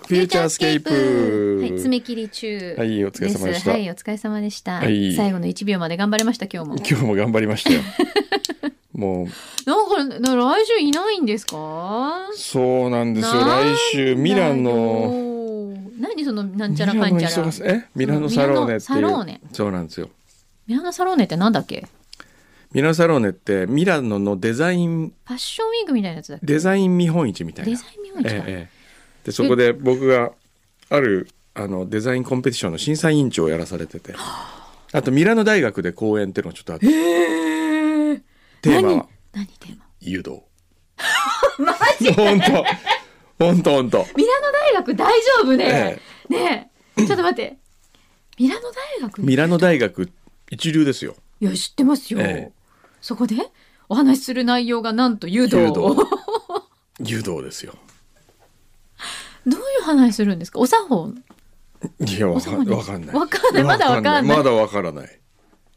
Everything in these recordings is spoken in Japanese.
フューチャースケープ。 はい、爪切り中。 はい、お疲れ様でした。 はい、お疲れ様でした。 はい、 最後の1秒まで頑張れました、今日も。 今日も頑張りましたよ。もう。 なんか、来週いないんですか？ そうなんですよ。来週、ミラノ。 何その、なんちゃらかんちゃら。 ミラノサローネっていう。 サローネ。 そうなんですよ。 ミラノサローネってなんだっけ？ ミラノサローネってミラノのデザインファッションウィークみたいなやつだっけ？ デザイン見本市みたいな。 デザイン見本市だ、 でそこで僕があるデザインコンペティションの審査委員長をやらされてて、あとミラノ大学で講演っていうのがちょっとあって、テーマは何テーマ？ 誘導。 マジで？ 本当ミラノ大学大丈夫ね。ねえちょっと待って、ミラノ大学一流ですよ。 いや知ってますよ、そこでお話しする内容がなんと誘導ですよ。 どういう話するんですか？お作法？ いやわかんないまだわからない。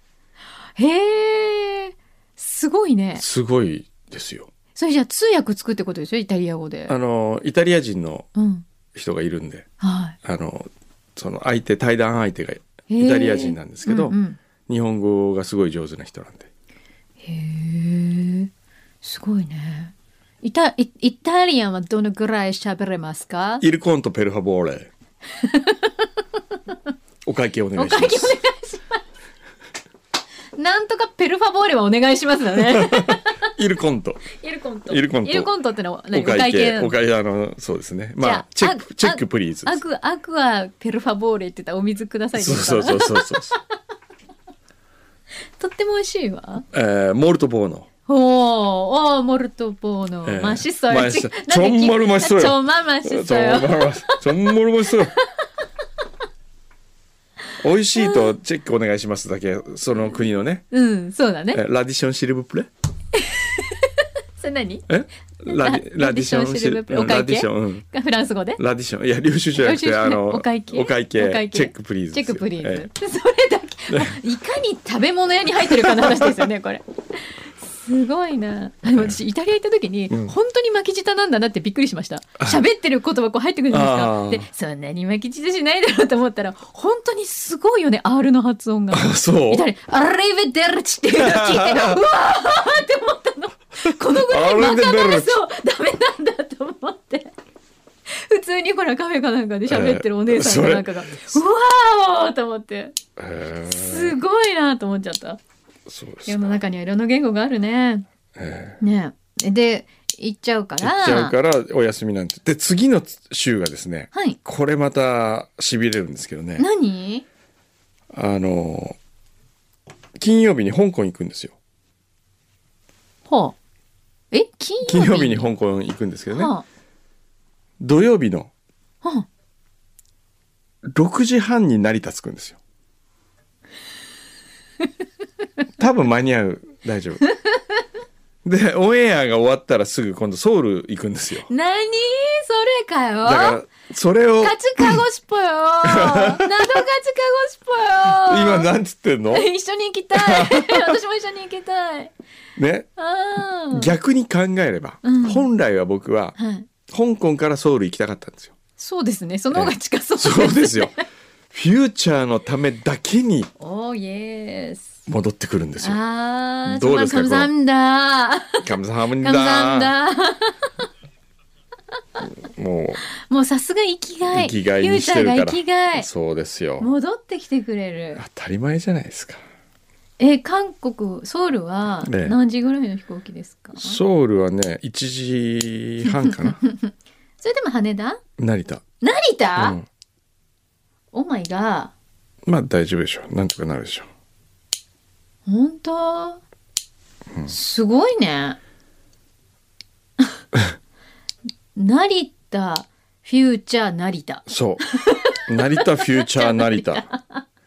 へえ、すごいね。 すごいですよ。 それじゃあ通訳作ってことですよ、イタリア語で。 イタリア人の人がいるんで、 はい、 その対談相手がイタリア人なんですけど、日本語がすごい上手な人なんで。 へえ、すごいね。イタリアンはどのぐらい喋れますか？ イルコントペルファボーレ。お会計お願いします。 なんとかペルファボーレはお願いしますだね。 イルコントってのはお会計そうですね。まあチェックプリーズ。 アクアペルファボーレって言ったらお水ください。 そう。 とっても美味しいわ。 モルトボーノ。 モルトボーノ。マシソよ。 ちょんまるマシソよ。 ちょんまるマシソよ。 美味しいとチェックお願いしますだけ、その国のね。 そうだね。 ラディションシルブプレ。 それ何？ ラディションシルブプレ。 お会計？フランス語で？ ラディション。いや、領収書じゃなくて、 お会計。 チェックプリーズ。 チェックプリーズ。それだけ。いかに食べ物屋に入ってるかの話ですよね、これ。すごいな。私イタリア行った時に、本当に巻き舌なんだなってびっくりしました。喋ってる言葉こう入ってくるじゃないですか。で、そんなに巻き舌しないだろうと思ったら、本当にすごいよね、R の発音が。 そう。 イタリア、アレベデルチっていうのを聞いて、うわーって思ったの。このぐらいバカなそうダメなんだと思って。普通にほらカフェかなんかで喋ってるお姉さんかなんかが、うわーと思って、すごいなと思っちゃった。 そうです。 世の中にはいろんな言語があるね。ね。で行っちゃうからお休みなんです。で次の週がですね、 はい、 これまたしびれるんですけどね。 何？ 金曜日に香港行くんですよ。 はあ、 金曜日に香港行くんですけどね、はあ、土曜日の6時半に成田着くんですよ。多分間に合う。大丈夫。でオンエアが終わったらすぐ今度ソウル行くんですよ。 何それかよ。 だからそれをカチカゴシポよ。ナドカチカゴシポよ。 今なんつってんの？ 一緒に行きたい。私も一緒に行きたいね。逆に考えれば、本来は僕は、香港からソウル行きたかったんですよ。 そうですね。その方が近そうですね。 そうですよ。フューチャーのためだけに戻ってくるんですよ。どうですか？ カムサハムンダ。もうさすが生きがい。 生きがいにしてるから。 フューチャーが生きがい。 そうですよ。 戻ってきてくれる。 当たり前じゃないですか。 韓国ソウルは何時ぐらいの飛行機ですか？ ソウルはね1時半かな。 それでも羽田？ 成田、 オーマイガー。まあ大丈夫でしょう。なんとかなるでしょう。本当、すごいね。成田フューチャー成田。 そう成田フューチャー成田。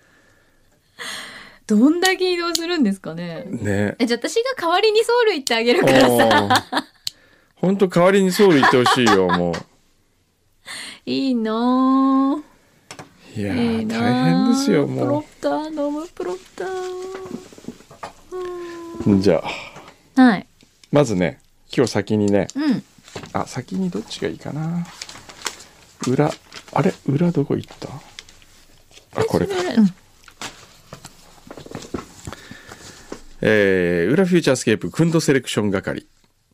どんだけ移動するんですかね。 ね。 じゃあ私が代わりにソウル行ってあげるからさ。 本当代わりにソウル行ってほしいよ。もういいの。 いや大変ですよ。もうプロプター飲むプロプター。じゃあ、 はい、 まずね今日先にね、先にどっちがいいかな。 あれ裏どこ行った？あ、これか。裏フューチャースケープクンドセレクション係、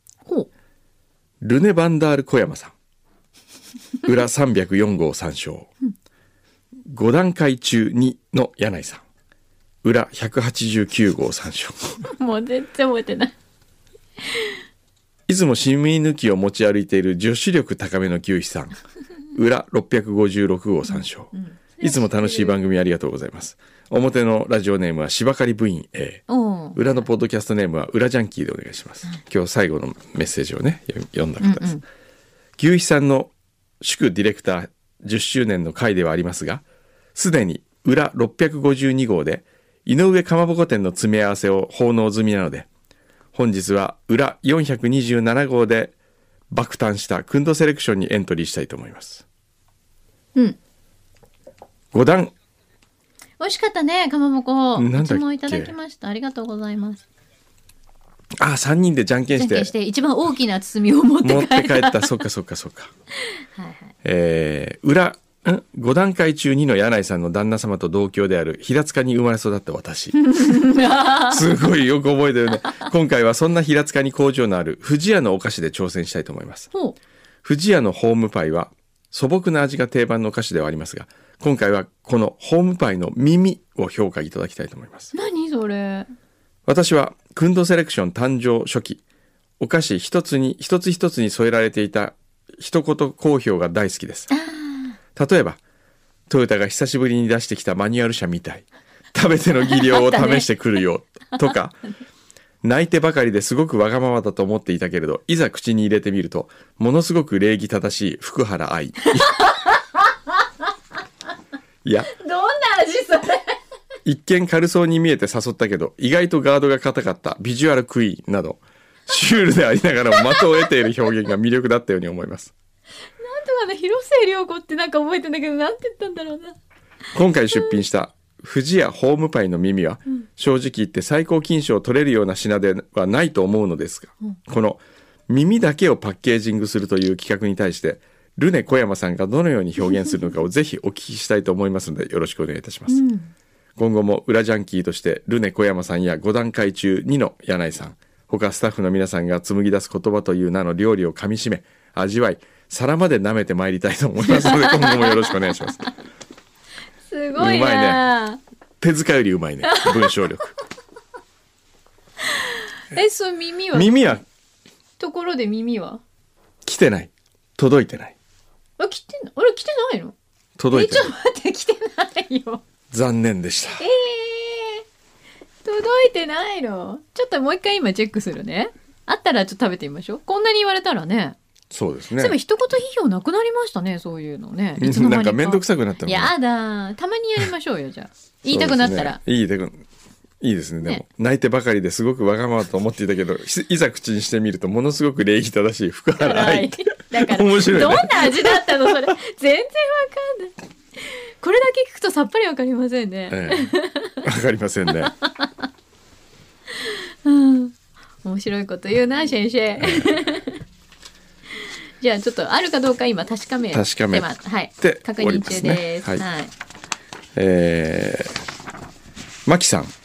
ルネ・バンダール小山さん、裏304号参照、5段階中2の柳井さん、裏189号参照。 もう全然覚えてない。 いつもシミ抜きを持ち歩いている女子力高めの牛皮さん、裏656号参照。いつも楽しい番組ありがとうございます。表のラジオネームは芝刈り部員 A、 裏のポッドキャストネームは裏ジャンキーでお願いします。今日最後のメッセージをね読んだ方です。牛皮さんの祝ディレクター10周年の回ではありますが、すでに裏652号で井上かまぼこ店の詰め合わせを奉納済みなので、本日は裏427号で爆誕したクンドセレクションにエントリーしたいと思います。5段美味しかったね、かまぼこ。 なんだっけ、 うちもいただきました。ありがとうございます。 あ、3人でじゃんけんして一番大きな包みを持って帰った。 そっかはい、裏5段階中2の柳井さんの旦那様と同郷である平塚に生まれ育った私。すごいよく覚えてるね。今回はそんな平塚に工場のある富士屋のお菓子で挑戦したいと思います。富士屋のホームパイは素朴な味が定番のお菓子ではありますが、今回はこのホームパイの耳を評価いただきたいと思います。 何それ。私はクンドセレクション誕生初期、お菓子一つ一つに添えられていた一言好評が大好きです。例えばトヨタが久しぶりに出してきたマニュアル車みたい、食べての技量を試してくるよとか、泣いてばかりですごくわがままだと思っていたけれど、いざ口に入れてみるとものすごく礼儀正しい福原愛。いや、 どんな味それ。 一見軽そうに見えて誘ったけど意外とガードが硬かったビジュアルクイーンなど、シュールでありながらも的を得ている表現が魅力だったように思います。 なんとかの広末涼子ってなんか覚えてんだけど、なんて言ったんだろうな。 今回出品した富士屋ホームパイの耳は、正直言って最高金賞を取れるような品ではないと思うのですが、この耳だけをパッケージングするという企画に対してルネ小山さんがどのように表現するのかをぜひお聞きしたいと思いますのでよろしくお願いいたします。今後も裏ジャンキーとしてルネ小山さんや5段階中2の柳井さん、他スタッフの皆さんが紡ぎ出す言葉という名の料理をかみしめ味わい、皿まで舐めてまいりたいと思いますので今後もよろしくお願いします。 すごいな。 うまいね。手塚よりうまいね、文章力。 そう、耳はところで耳は来てない、届いてない。 来てないの？ 届いてない。 ちょっと待って、来てないよ。 残念でした。 届いてないの。ちょっともう一回今チェックするね。あったらちょっと食べてみましょう。こんなに言われたらね。 そうですね。 でも一言批評なくなりましたね、そういうのね。いつの間にかなんかめんどくさくなったの、ね。 やだ、たまにやりましょうよ、じゃあ。言いたくなったら。 いいですね。でも泣いてばかりですごくわがままと思っていたけど、いざ口にしてみるとものすごく礼儀正しい福原愛。 だから面白い、ね、どんな味だったのそれ。全然わかんない。これだけ聞くとさっぱりわかりませんね。 わかりませんね。 面白いこと言うな先生。じゃあちょっとあるかどうか今確かめて、はい、確認中です。はい。 マキさん。こ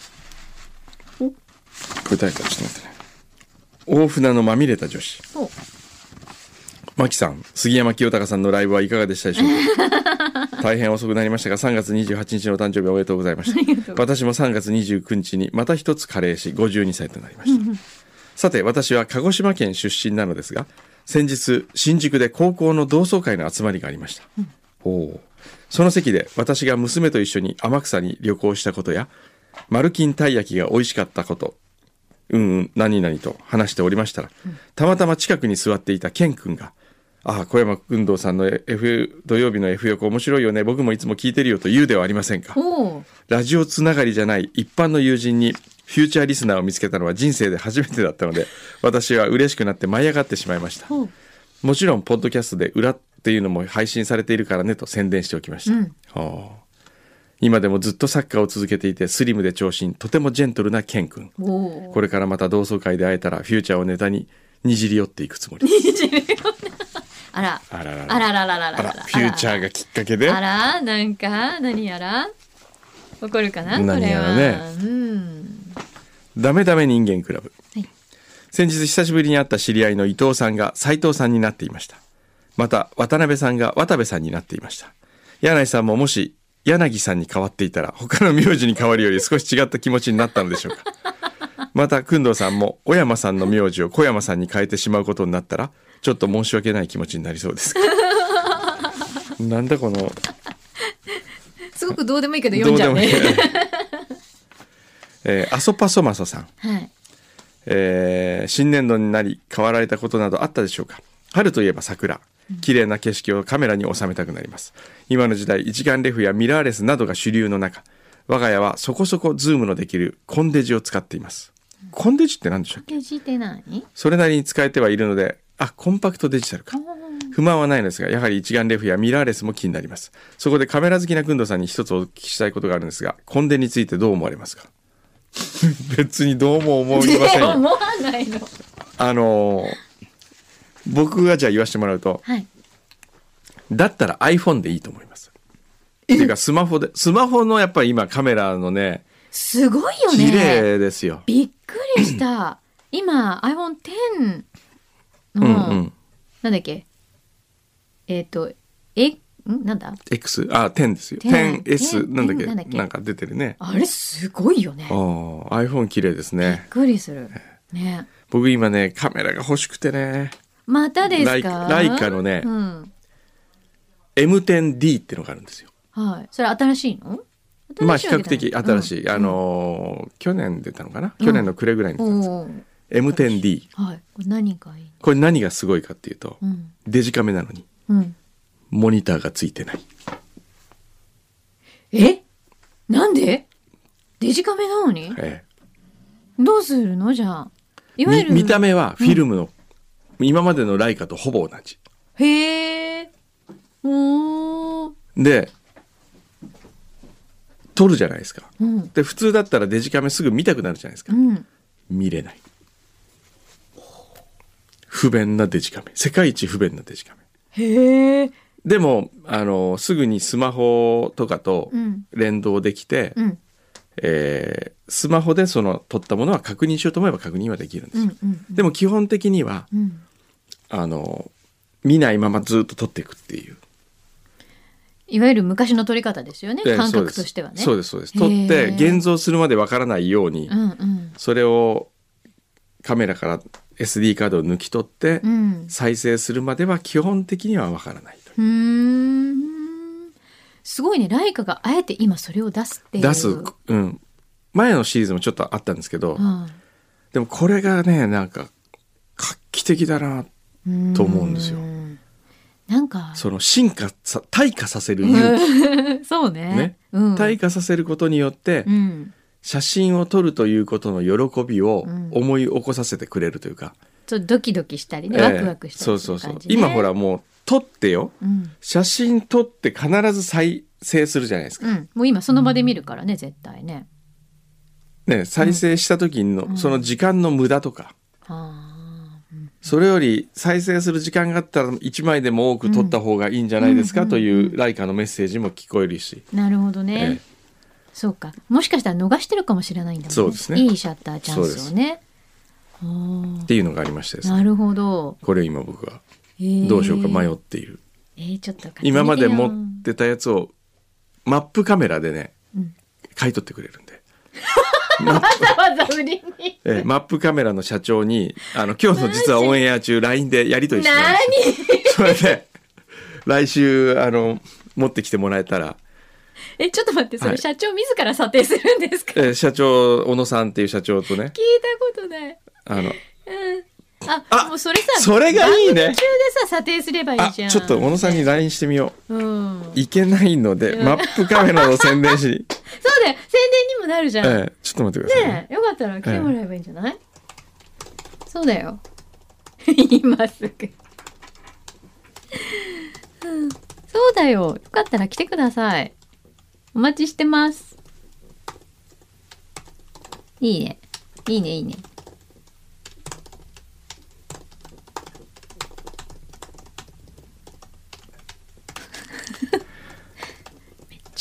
れ誰かちょっと待ってね。大船のまみれた女子。マキさん、杉山清隆さんのライブはいかがでしたでしょうか。大変遅くなりましたが、3月28日の誕生日おめでとうございました。私も3月29日にまた一つ加齢し52歳となりました。さて、私は鹿児島県出身なのですが、先日新宿で高校の同窓会の集まりがありました。その席で私が娘と一緒に天草に旅行したことや、マルキンたい焼きが美味しかったこと、何々と話しておりましたら、たまたま近くに座っていたケン君が、小山君堂さんの土曜日の F 横面白いよね、僕もいつも聞いてるよと言うではありませんか。ラジオつながりじゃない一般の友人にフューチャーリスナーを見つけたのは人生で初めてだったので、私は嬉しくなって舞い上がってしまいました。もちろんポッドキャストで裏っていうのも配信されているからねと宣伝しておきました。今でもずっとサッカーを続けていてスリムで長身、とてもジェントルなケン君。これからまた同窓会で会えたらフューチャーをネタににじり寄っていくつもりです。 あらあらららあらららららあらフューチャーがきっかけであらなんか何やら起こるかなこ何れはやらねダメダメ人間クラブ、 はい、 先日久しぶりに会った知り合いの伊藤さんが斉藤さんになっていました。また渡辺さんが渡部さんになっていました。柳井さんももし柳さんに変わっていたら他の名字に変わるより少し違った気持ちになったのでしょうか。また工藤さんも小山さんの名字を小山さんに変えてしまうことになったらちょっと申し訳ない気持ちになりそうですなんだこのすごくどうでもいいけど読んじゃうねアソパソマソさん、 はい新年度になり変わられたことなどあったでしょうか。春といえば桜、綺麗な景色をカメラに収めたくなります。今の時代一眼レフやミラーレスなどが主流の中、我が家はそこそこズームのできるコンデジを使っています。コンデジって何でしょう。 コンデジって何？ それなりに使えてはいるので、コンパクトデジタルか。不満はないのですが、やはり一眼レフやミラーレスも気になります。そこでカメラ好きな工藤さんに一つお聞きしたいことがあるんですが、コンデについてどう思われますか？別にどうも思いませんよ。 思わないの。 僕がじゃあ言わせてもらうと、 はい、 だったら iPhone でいいと思います。っていうかスマホのやっぱり今カメラのね、 すごいよね。 綺麗ですよ。 びっくりした。今 iPhone X の、なんだっけ、なんだ X、10ですよ。10S なんだっけ、なんか出てるね。 あれすごいよね。 iPhone 綺麗ですね。 びっくりするね。 僕今ねカメラが欲しくてね。 またですか？ ライカのね、M10D ってのがあるんですよ。 はい。それ新しいの？ まあ比較的新しい、去年出たのかな、去年の暮れぐらいに出たんです、M10D、 はい、これ何がいい？ これ何がすごいかっていうと、デジカメなのに、モニターがついてない。 なんで？デジカメなのに？どうするのじゃあ。いわゆる見た目はフィルムの、今までのライカとほぼ同じ。 へえ。 で撮るじゃないですか、で普通だったらデジカメすぐ見たくなるじゃないですか、見れない。不便なデジカメ、世界一不便なデジカメ。 へえ。 でもすぐにスマホとかと連動できて、スマホでその撮ったものは確認しようと思えば確認はできるんですよ、でも基本的には、見ないままずっと撮っていくっていう、 いわゆる昔の撮り方ですよね、感覚としてはね。 そうです撮って現像するまでわからないように、それをカメラから SD カードを抜き取って、再生するまでは基本的にはわからないという。 すごいね、ライカがあえて今それを出すっていう。 前のシリーズもちょっとあったんですけど、でもこれがねなんか画期的だなと思うんですよ。 なんかその退化させる勇気そうね、 退化させることによって、写真を撮るということの喜びを思い起こさせてくれるというか、 ちょっとドキドキしたりね、ワクワクしたりする感じね。 今ほらもう撮ってよ、写真撮って必ず再生するじゃないですか、 もう今その場で見るからね、絶対ね。 再生した時のその時間の無駄とか、それより再生する時間があったら1枚でも多く撮った方がいいんじゃないですかというライカのメッセージも聞こえるし。 なるほどね、そうか、もしかしたら逃してるかもしれないんだもんね。 そうですね、 いいシャッターチャンスをね。 っていうのがありましてですね。 なるほど。 これ今僕はどうしようか迷っている、 ちょっと今まで持ってたやつをマップカメラでね、買い取ってくれるんでわざわざ売りに、 マップカメラの社長に今日の実はオンエア中 LINE でやり取りしてたんですよ。それで来週持ってきてもらえたら。 ちょっと待って、それ社長自ら査定するんですか？ 社長小野さんっていう社長とね、 聞いたことない。もうそれさ、 それがいいね。 番組中でさ査定すればいいじゃん。 ちょっと小野さんに LINE してみよう、いけないので、マップカメラの宣伝しそうだよ、 宣伝にもなるじゃん、 ちょっと待ってくださいね。よかったら来てもらえばいいんじゃない？そうだよ今すぐそうだよ、よかったら来てください。お待ちしてます。いいねいいねいいね。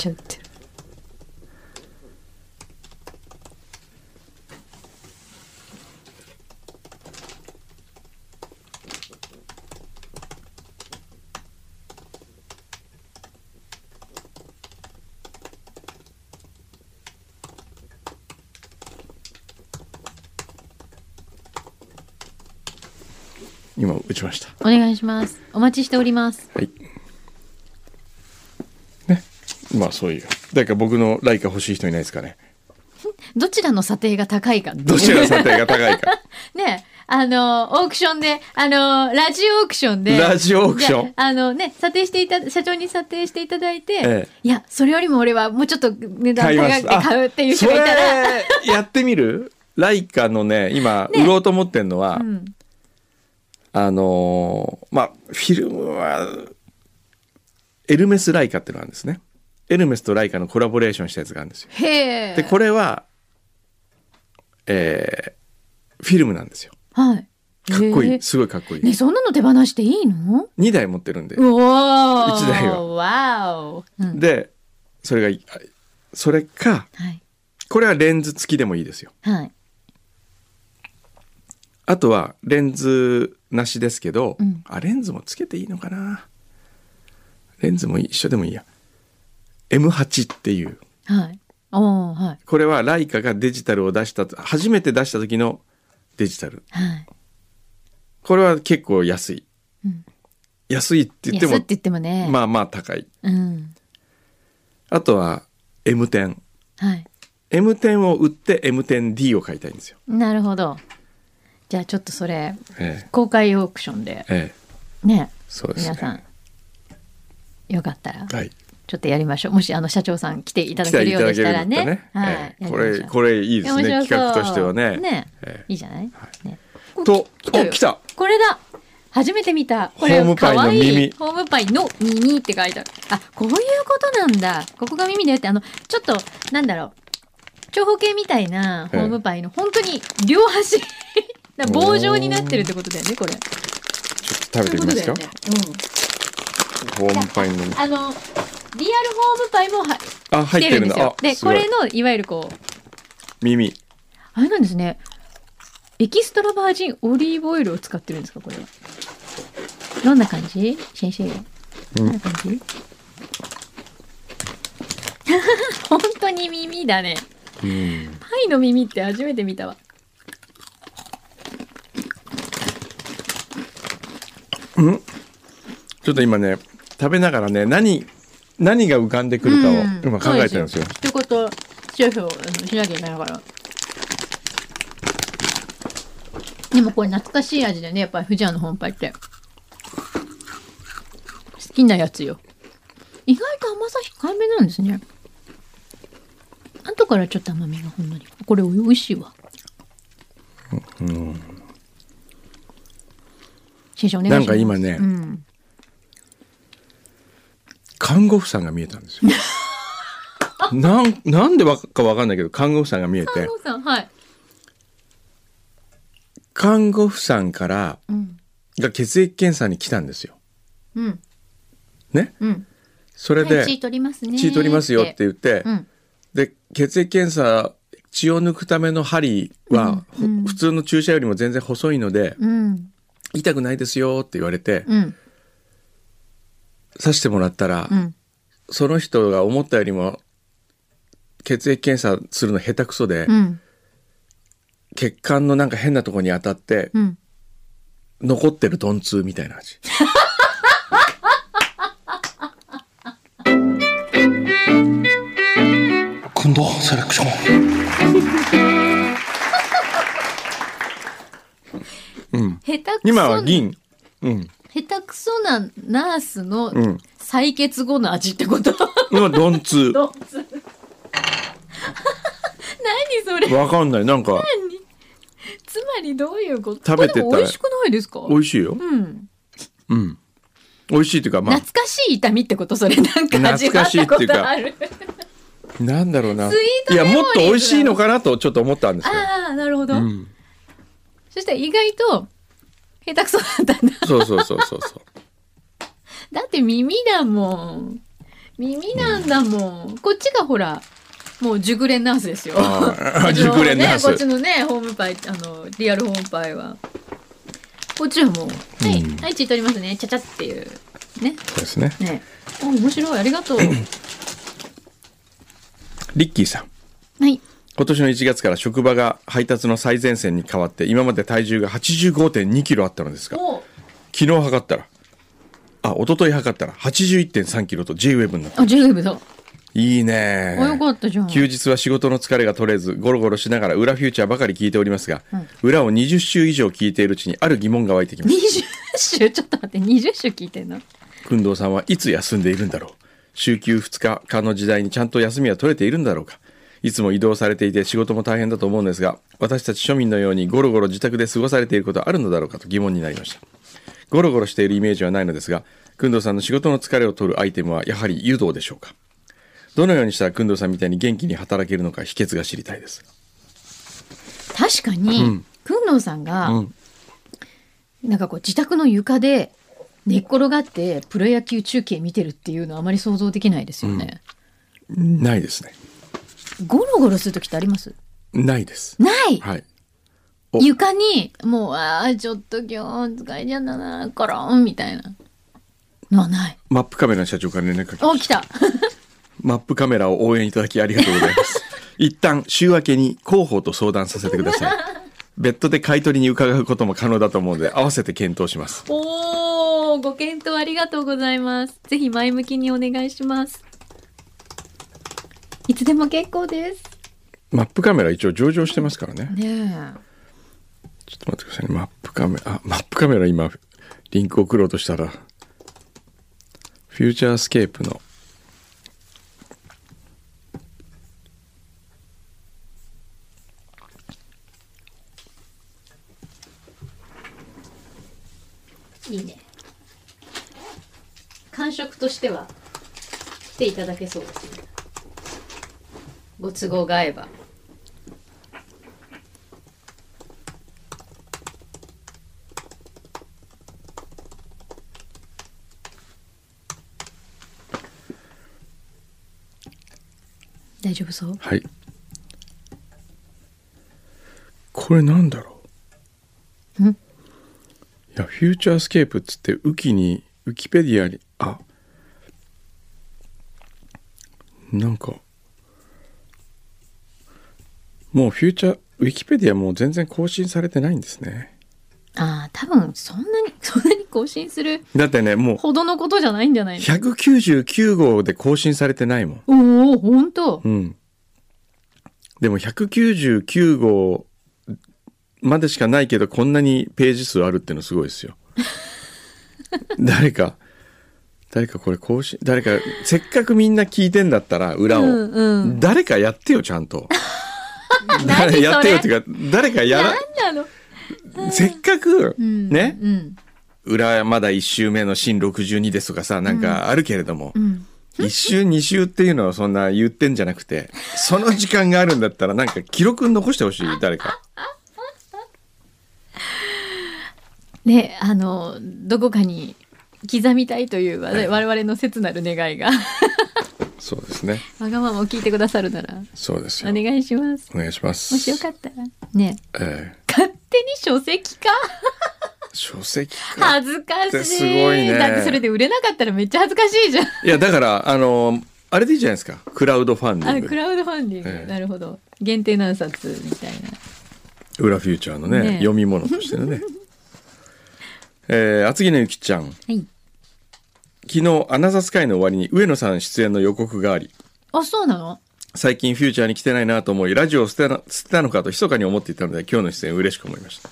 ちゃ売ってる。 今打ちました。 お願いします。お待ちしております。 はい。ね、まあそういう。誰か僕のライカ欲しい人いないですかね。 どちらの査定が高いかっていう。 どちらの査定が高いか。 ね、オークションで、ラジオオークションで。 ラジオオークション。 ね、査定して社長に査定していただいて、 ええ、 いや、それよりも俺はもうちょっと値段高くて買うっていう人がいたら。 それやってみる？ライカのね、今、売ろうと思ってんのは、うん、まあ、フィルムは、エルメスライカっていうのがあるんですね。エルメスとライカのコラボレーションしたやつがあるんですよ。 へー。 で、これは、フィルムなんですよ。 はい。 かっこいい。すごいかっこいい。 ね、そんなの手放していいの ？2台持ってるんで。 うわー。 1台は。 わー、うん。 で、それか、はい、これはレンズ付きでもいいですよ。 はい。 あとはレンズなしですけど、 うん、 レンズもつけていいのかな。レンズも一緒でもいいや。M8 っていう、 はい、はい、 これはライカがデジタルを初めて出した時のデジタル、 はい、 これは結構安い、 うん、 安いって言ってもね、 まあまあ高い、 うん、 あとは M10、 はい、 M10 を売って M10D を買いたいんですよ。 なるほど。じゃあちょっとそれ、公開オークションで、ね、 そうですね、 皆さんよかったら、 はい、 ちょっとやりましょう。もし社長さん来ていただけるようでしたらね。 はい、これいいですね。企画としてはね。 ね、いいじゃない。ね、 来た。 これだ。初めて見た。これホームパイの耳。 ホームパイの耳って書いてある。こういうことなんだ。ここが耳だよってちょっとなんだろう。長方形みたいなホームパイの本当に両端棒状になってるってことだよね、これ。ちょっと食べてみますか。ホームパイの。 リアルホームパイも入ってるんですよ。 で、これのいわゆるこう耳。 あれなんですね。エキストラバージンオリーブオイルを使ってるんですか、これは。どんな感じ？先生。どんな感じ？本当に耳だね。パイの耳って初めて見たわ。 ちょっと今ね、食べながらね、何が浮かんでくるかを今考えてるんですよ。 ってことシェフをしなきゃいけないから。でもこれ懐かしい味でね、やっぱり富士屋の本パイって好きなやつよ。意外と甘さ控えめなんですね。後からちょっと甘みがほんのり。これ美味しいわ。先生お願いします。 なんか今ね、看護婦さんが見えたんですよ。なんでかわかんないけど看護婦さんが見えて。 看護婦さん、はい。 看護婦さんからが血液検査に来たんですよ。ね。それで、 血取りますね。 血取りますよって言って、で血液検査血を抜くための針は、普通の注射よりも全然細いので、痛くないですよって言われて、刺してもらったら、その人が思ったよりも血液検査するの下手くそで、血管のなんか変なところに当たって、残ってる鈍痛みたいな味。今度セレクション。 下手くそ今は銀。 下手くそなナースの採血後の味ってこと？ 今鈍痛。 何それ？ わかんない。なんか。 つまりどういうこと？ 食べてたら美味しくないですか？ 美味しいよ。美味しいっていうか、まあ懐かしい痛みってこと？それなんか味わったことある？ なんだろうな。いや、もっと美味しいのかなとちょっと思ったんですよ。 ああ、なるほど。そしたら意外と下手くそだったんだ。 そう。 だって耳だもん。 耳なんだもん。こっちがほらもう熟練ナースですよ。 熟練ナース。 こっちのねホームパイリアルホームパイはこっちはもう、はいはいチー取りますねちゃちゃっていうね。 そうですね。 ね、面白いありがとう。 リッキーさん。 はい。 今年の1月から職場が配達の最前線に変わって今まで体重が 85.2 キロあったのですが、昨日測ったら一昨日測ったら 81.3 キロと J-Web になった。 J-Web だ。 いいね。 よかったじゃん。 休日は仕事の疲れが取れずゴロゴロしながら裏フューチャーばかり聞いておりますが、裏を20週以上聞いているうちにある疑問が湧いてきました。 20週ちょっと待って20週聞いてんの？ 工藤さんはいつ休んでいるんだろう。週休2日間の時代にちゃんと休みは取れているんだろうか。いつも移動されていて仕事も大変だと思うんですが、私たち庶民のようにゴロゴロ自宅で過ごされていることはあるのだろうかと疑問になりました。ゴロゴロしているイメージはないのですが、工藤さんの仕事の疲れを取るアイテムはやはり湯道でしょうか。どのようにしたら工藤さんみたいに元気に働けるのか秘訣が知りたいです。 確かに、工藤さんが、なんかこう自宅の床で寝っ転がってプロ野球中継見てるっていうのはあまり想像できないですよね。 ないですね。 ゴロゴロする時ってあります？ ないです。 ない。 はい。 床にもうちょっと今日疲れちゃったなコロンみたいなのはない。 マップカメラの社長から連絡が来ました。 来た。 マップカメラを応援いただきありがとうございます。一旦週明けに広報と相談させてください。別途で買い取りに伺うことも可能だと思うので合わせて検討します。 ご検討ありがとうございます。ぜひ前向きにお願いします。いつでも結構です。 マップカメラ一応上場してますからね。 ねえ。 ちょっと待ってくださいね。マップカメラ今リンク送ろうとしたらフューチャースケープのいいね。感触としては来ていただけそうですね。ご都合が合えば。大丈夫そう？ はい。これなんだろう。いやフューチャースケープっつってウキペディアになんかもうウィキペディアもう全然更新されてないんですね。 多分そんなに更新するだってねもうほどのことじゃないんじゃないの ？199号で更新されてないもん。 おお本当。 でも199号までしかないけどこんなにページ数あるっていうのすごいですよ。誰かこれ更新せっかくみんな聞いてんだったら裏を、誰かやってよちゃんと。やってよっていうか誰かやらなんなのせっかく、ね、裏まだ1週目の新62ですとかさなんかあるけれども、1週2週っていうのはそんな言ってんじゃなくてその時間があるんだったらなんか記録残してほしい誰か。 ねどこかに刻みたいという我々の切なる願いがそうですね。 わがままを聞いてくださるならそうですよ。 お願いします。 お願いします。 もしよかったらね、勝手に書籍化書籍化恥ずかしい。 すごいね。 だってそれで売れなかったらめっちゃ恥ずかしいじゃん。 いやだからあれでいいじゃないですか。クラウドファンディング。 クラウドファンディング、なるほど。限定何冊みたいな。 裏フューチャーのね読み物としてのね。厚木のゆきちゃん、はい、昨日アナザースカイの終わりに上野さん出演の予告があり、 そうなの？ 最近フューチャーに来てないなと思いラジオを捨てたのかと密かに思っていたので今日の出演嬉しく思いました。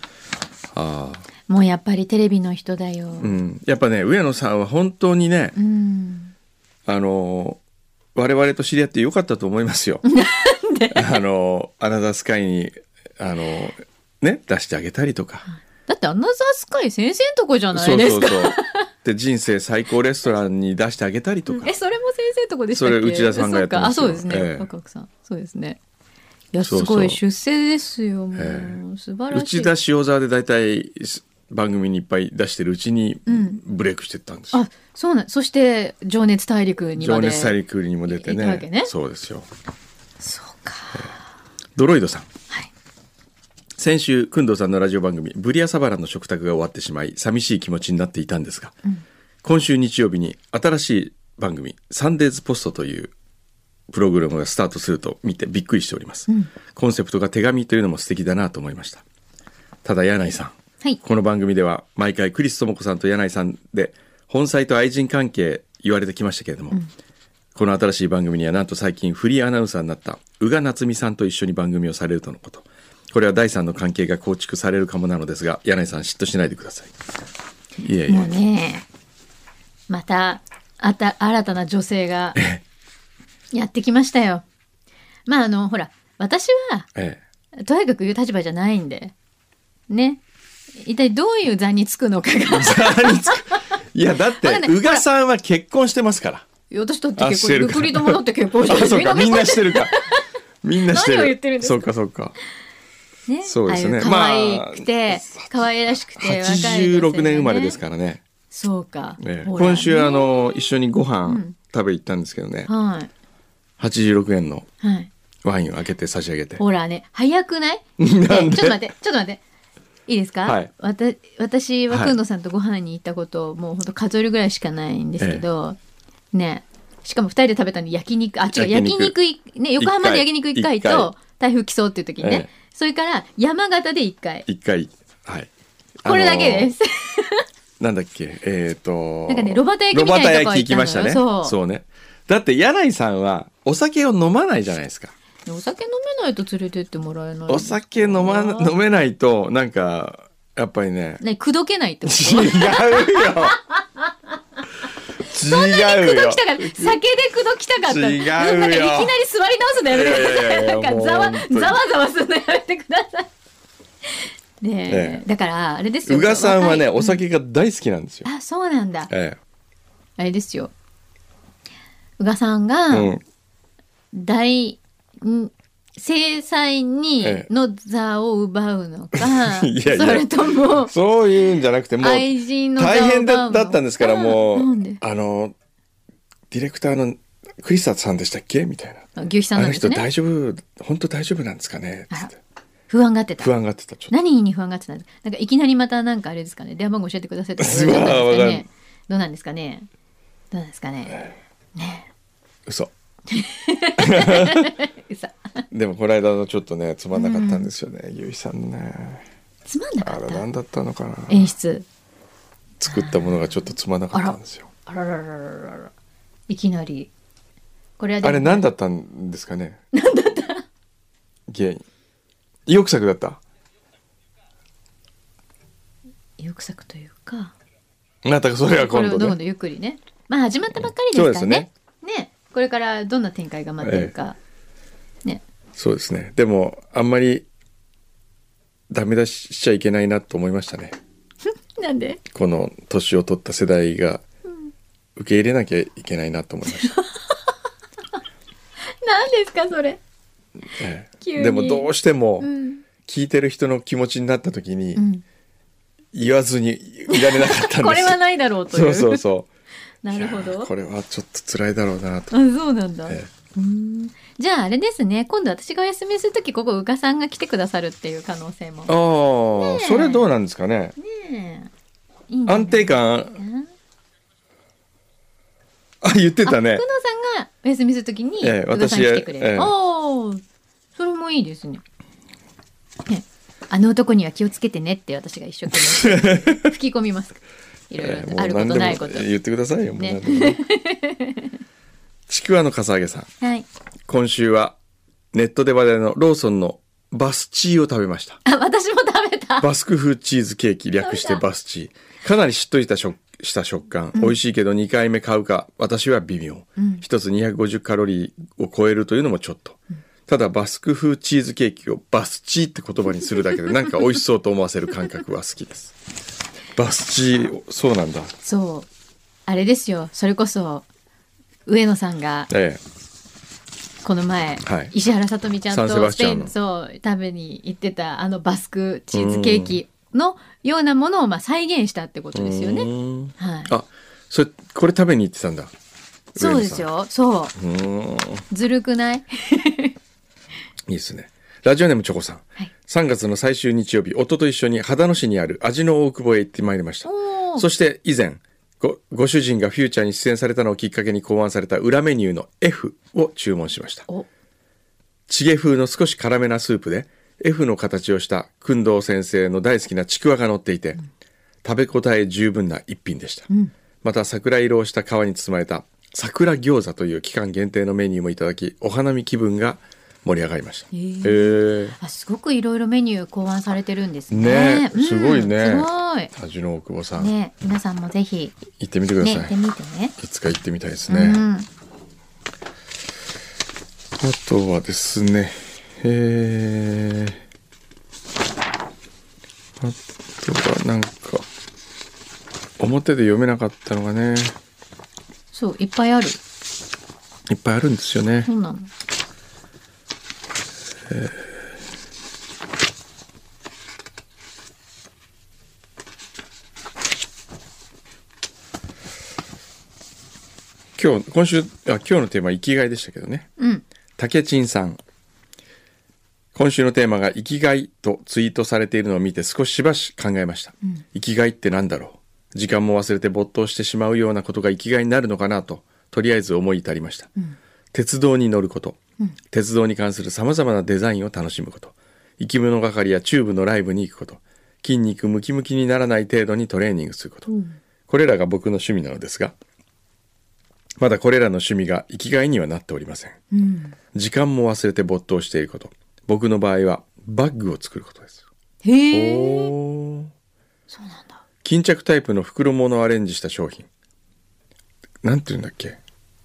もうやっぱりテレビの人だよ。 やっぱね上野さんは本当にね、我々と知り合ってよかったと思いますよ。 なんで？ アナザースカイにね出してあげたりとか。 だってアナザースカイ先生んとこじゃないですか。 そうで人生最高レストランに出してあげたりとか。 それも先生んとこでしたっけ？ それ内田さんがやってますよ。 そうですね。ワクワクさん。そうですね。いやすごい出世ですよ。もう素晴らしい。 内田塩沢でだいたい番組にいっぱい出してるうちにブレイクしていったんですよ。 あ、そうなん。そして情熱大陸にまで。 情熱大陸にも出て行ったわけね。 そうですよ。 そうか。 ドロイドさん。 はい。 先週工藤さんのラジオ番組ブリアサバラの食卓が終わってしまい寂しい気持ちになっていたんですが、今週日曜日に新しい番組サンデーズポストというプログラムがスタートすると見てびっくりしております、コンセプトが手紙というのも素敵だなと思いました。ただ柳井さん、 はい、 この番組では毎回クリス智子さんと柳井さんで本妻と愛人関係言われてきましたけれども、この新しい番組にはなんと最近フリーアナウンサーになった宇賀夏美さんと一緒に番組をされるとのこと。これは第三の関係が構築されるかもなのですが、柳井さん嫉妬しないでください。いやいや、 もうね、また新たな女性がやってきましたよ。まあほら私は、とにかく言う立場じゃないんでね、一体どういう座につくのかが座につくいやだって宇賀さんは結婚してますから。 私だって結婚、ルクリ友だって結婚してる。 あ、そうか、みんなしてるか。みんなしてる。 何を言ってるんですか。 そうかそうか。 ね、 そうですね。 可愛くて、可愛らしくて若いですよね。 86年生まれですからね。 そうか。 今週一緒にご飯食べ行ったんですけどね。 はい。 86円のワインを開けて差し上げて。 ほらね、早くない？ なんで？ ちょっと待って。いいですか？ はい。 私はくんどさんとご飯に行ったこともう本当数えるぐらいしかないんですけど、ね。しかも2人で食べたの焼肉、焼肉ね、横浜で焼肉1回と台風来そうっていう時にね、それから山形で1回、 はい、 これだけです。 なんだっけ、 なんかね、炉端焼きみたいなとこ行きましたね。そうね。だって柳井さんはお酒を飲まないじゃないですか。 お酒飲めないと連れてってもらえない。 お酒飲めないとなんかやっぱりね。 口説けないってこと？ 違うよ。 そんなに口説きたかった。酒で口説きたかった。 違うよ。 なんかいきなり座り直すのやめてください。なんかざわすのやめてください。ねえ、だからあれですよ。 宇賀さんはね、お酒が大好きなんですよ。 あ、そうなんだ。あれですよ。宇賀さんが制裁にの座を奪うのか、 いやいや、 それともそういうんじゃなくて、もう愛人の座を大変だったんですから、もうディレクターのクリスタさんでしたっけみたいな。 牛肥さんなんですね。 あの人本当大丈夫なんですかねって。 不安がってた。 ちょっと。 何に不安がってたんですか。なんかいきなりまたなんかあれですかね。電話番号教えてくださいとか言われたんですかね。どうなんですかね。ね。 嘘。でもこの間のちょっとねつまんなかったんですよね、牛肥さんね。 つまんなかった。 あれ何だったのかな。 演出。 作ったものがちょっとつまんなかったんですよ。 あらいきなり。これはあれ何だったんですかね。何だった？原因。意欲作だった。 意欲作というか。 またそれは今度ね。 どんどんゆっくりね。まあ始まったばっかりですからね。ね。これからどんな展開が待ってるか。ね。そうですね。でもあんまりダメ出しちゃいけないなと思いましたね。 なんで？ この年を取った世代が受け入れなきゃいけないなと思いました。 何ですかそれ。 でもどうしても聞いてる人の気持ちになった時に言わずにいられなかったんですよ。 これはないだろうという。 そうなるほど。 これはちょっと辛いだろうなと。 そうなんだ。じゃああれですね。今度私がお休みするときここ宇賀さんが来てくださるっていう可能性も。 それどうなんですかね。安定感。言ってたね。 久野さんがお休みするときに宇賀さん来てくれる。それもいいですね。あの男には気をつけてねって私が一生懸命吹き込みます。いろいろあることないこと言ってくださいよ。ちくわのかさあげさん、今週はネットで話題のローソンのバスチーを食べました。 私も食べた。 バスク風チーズケーキ、略してバスチー。かなりしっとりした食感、美味しいけど2回目買うか私は微妙。一つ250カロリーを超えるというのもちょっと。ただバスク風チーズケーキをバスチーって言葉にするだけでなんか美味しそうと思わせる感覚は好きです。バスチー、そうなんだ。 そうあれですよ。それこそ上野さんがこの前、石原さとみちゃんとスペイン食べに行ってたあのバスクチーズケーキ、 のようなものを再現したってことですよね。はい。 あ、これ食べに行ってたんだ。 そうですよ。そう。ずるくない？ いいですね。ラジオネームチョコさん。はい、3月の最終日曜日、夫と一緒に秦野市にある味の大久保へ行ってまいりました。そして以前、ご主人がフューチャーに出演されたのをきっかけに考案された裏メニューの F を注文しました。チゲ風の少し辛めなスープで F の形をした工藤先生の大好きなちくわが乗っていて、食べ応え十分な一品でした。また桜色をした皮に包まれた桜餃子という期間限定のメニューもいただき、お花見気分が盛り上がりました。 すごくいろいろメニュー考案されてるんですね。 すごいね。 すごい。 味の大久保さん。 ね、皆さんもぜひ行ってみてください。 行ってみてね。 いつか行ってみたいですね。あとはですね、あとはなんか表で読めなかったのがね。 そう、いっぱいある。 いっぱいあるんですよね。 そうなの。 今日のテーマは生きがいでしたけどね。竹珍さん。今週のテーマが生きがいとツイートされているのを見て少しばし考えました。生きがいって何だろう。時間も忘れて没頭してしまうようなことが生きがいになるのかなと、とりあえず思い至りました。鉄道に乗ること、鉄道に関するさまざまなデザインを楽しむこと、生き物係やチューブのライブに行くこと、筋肉ムキムキにならない程度にトレーニングすること、これらが僕の趣味なのですが、まだこれらの趣味が生きがいにはなっておりません。時間も忘れて没頭していること、僕の場合はバッグを作ることです。 へー。そうなんだ。 巾着タイプの袋物をアレンジした商品。なんていうんだっけ。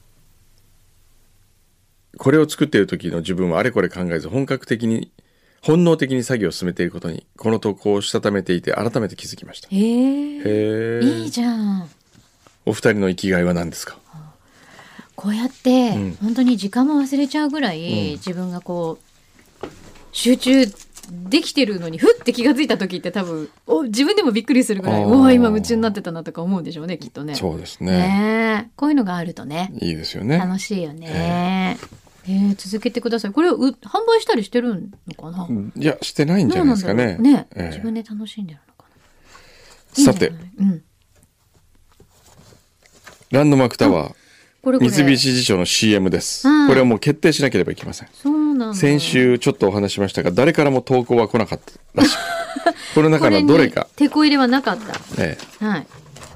これを作っている時の自分はあれこれ考えず本能的に作業を進めていることに、この投稿をしたためていて改めて気づきました。 へー。いいじゃん。 お二人の生きがいは何ですか？ こうやって、本当に時間も忘れちゃうぐらい、自分がこう集中できてるのにふって気がついた時って多分自分でもびっくりするぐらい今夢中になってたなとか思うんでしょうね、きっとね。 そうですね。 こういうのがあるとね、 いいですよね。 楽しいよね。続けてください。これを販売したりしてるのかな？ いや、してないんじゃないですかね。 自分で楽しんでるのかな。さて、ランドマークタワー、三菱地所の CM です。これはもう決定しなければいけません。 そうなんだ。 先週ちょっとお話しましたが、誰からも投稿は来なかったらしくこの中のどれか手こ入れはなかった。はい。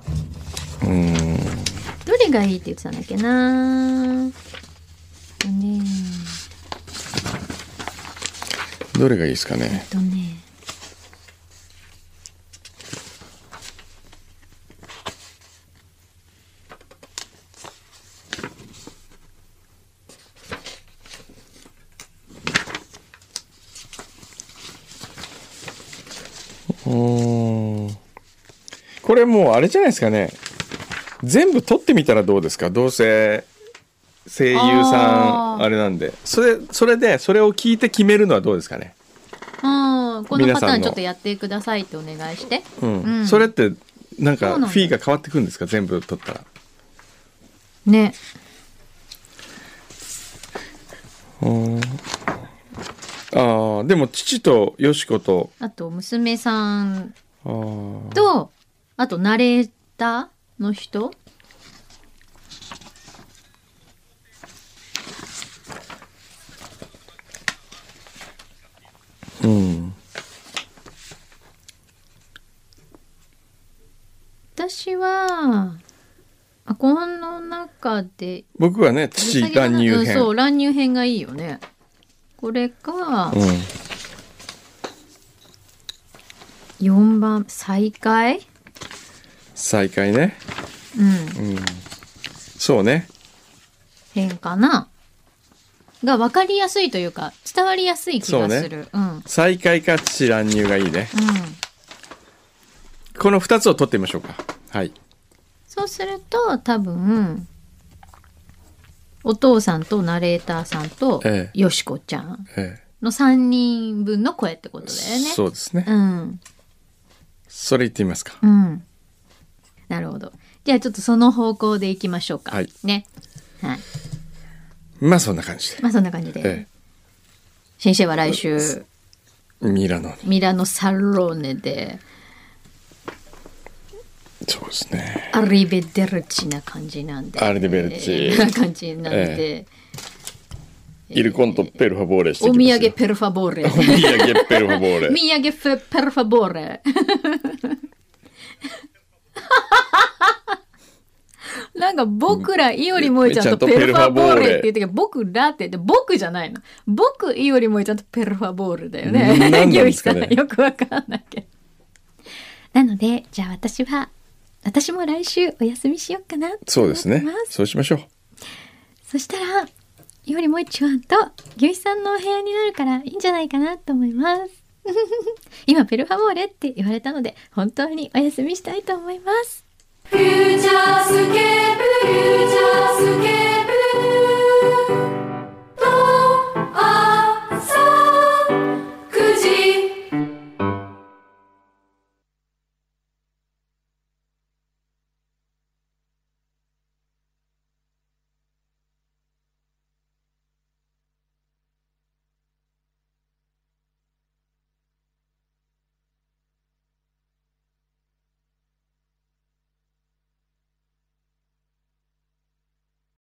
どれがいいって言ってたんだっけな。 どれがいいですかね。これもうあれじゃないですかね。全部撮ってみたらどうですか。どうせ声優さんあれなんで、それでそれを聞いて決めるのはどうですかね。 このパターンちょっとやってくださいってお願いして、 それってなんかフィーが変わってくるんですか、全部撮ったらね。 でも父とよしこと、 あと娘さんと、あとナレーターの人、私はこの中で僕はね、父乱入編、 そう、乱入編がいいよね。これか、4番再開ね。そうね。 編かなが分かりやすいというか伝わりやすい気がする。 再開か父乱入がいいね。この2つを取ってみましょうか。はい。 そうすると多分お父さんとナレーターさんとよしこちゃんの3人分の声ってことだよね。 そうですね。 それ言ってみますか。 うん。なるほど。じゃあちょっとその方向でいきましょうか。 はい。 ね。はい。 まあそんな感じで。 まあそんな感じで。先生は来週ミラノサローネで。 そうですね。 アリベデルチな感じなんで。 アリベルチ。 な感じなんで。 イルコントペルファボーレしてきますよ。 お土産ペルファボーレ。 お土産ペルファボーレ。 お土産ペルファボーレ。なんか僕らいおりもえちゃんとペルファボーレって言ってけど、僕らって言って僕じゃないの。僕いおりもえちゃんとペルファボールだよね。 何なんですかね。 よくわかんないけど。なのでじゃあ私も来週お休みしようかなと思ってます。 そうですね。そうしましょう。 そしたらいおりもえちゃんと牛一さんのお部屋になるからいいんじゃないかなと思います。今ペルファボーレって言われたので本当にお休みしたいと思います。フューチャースケ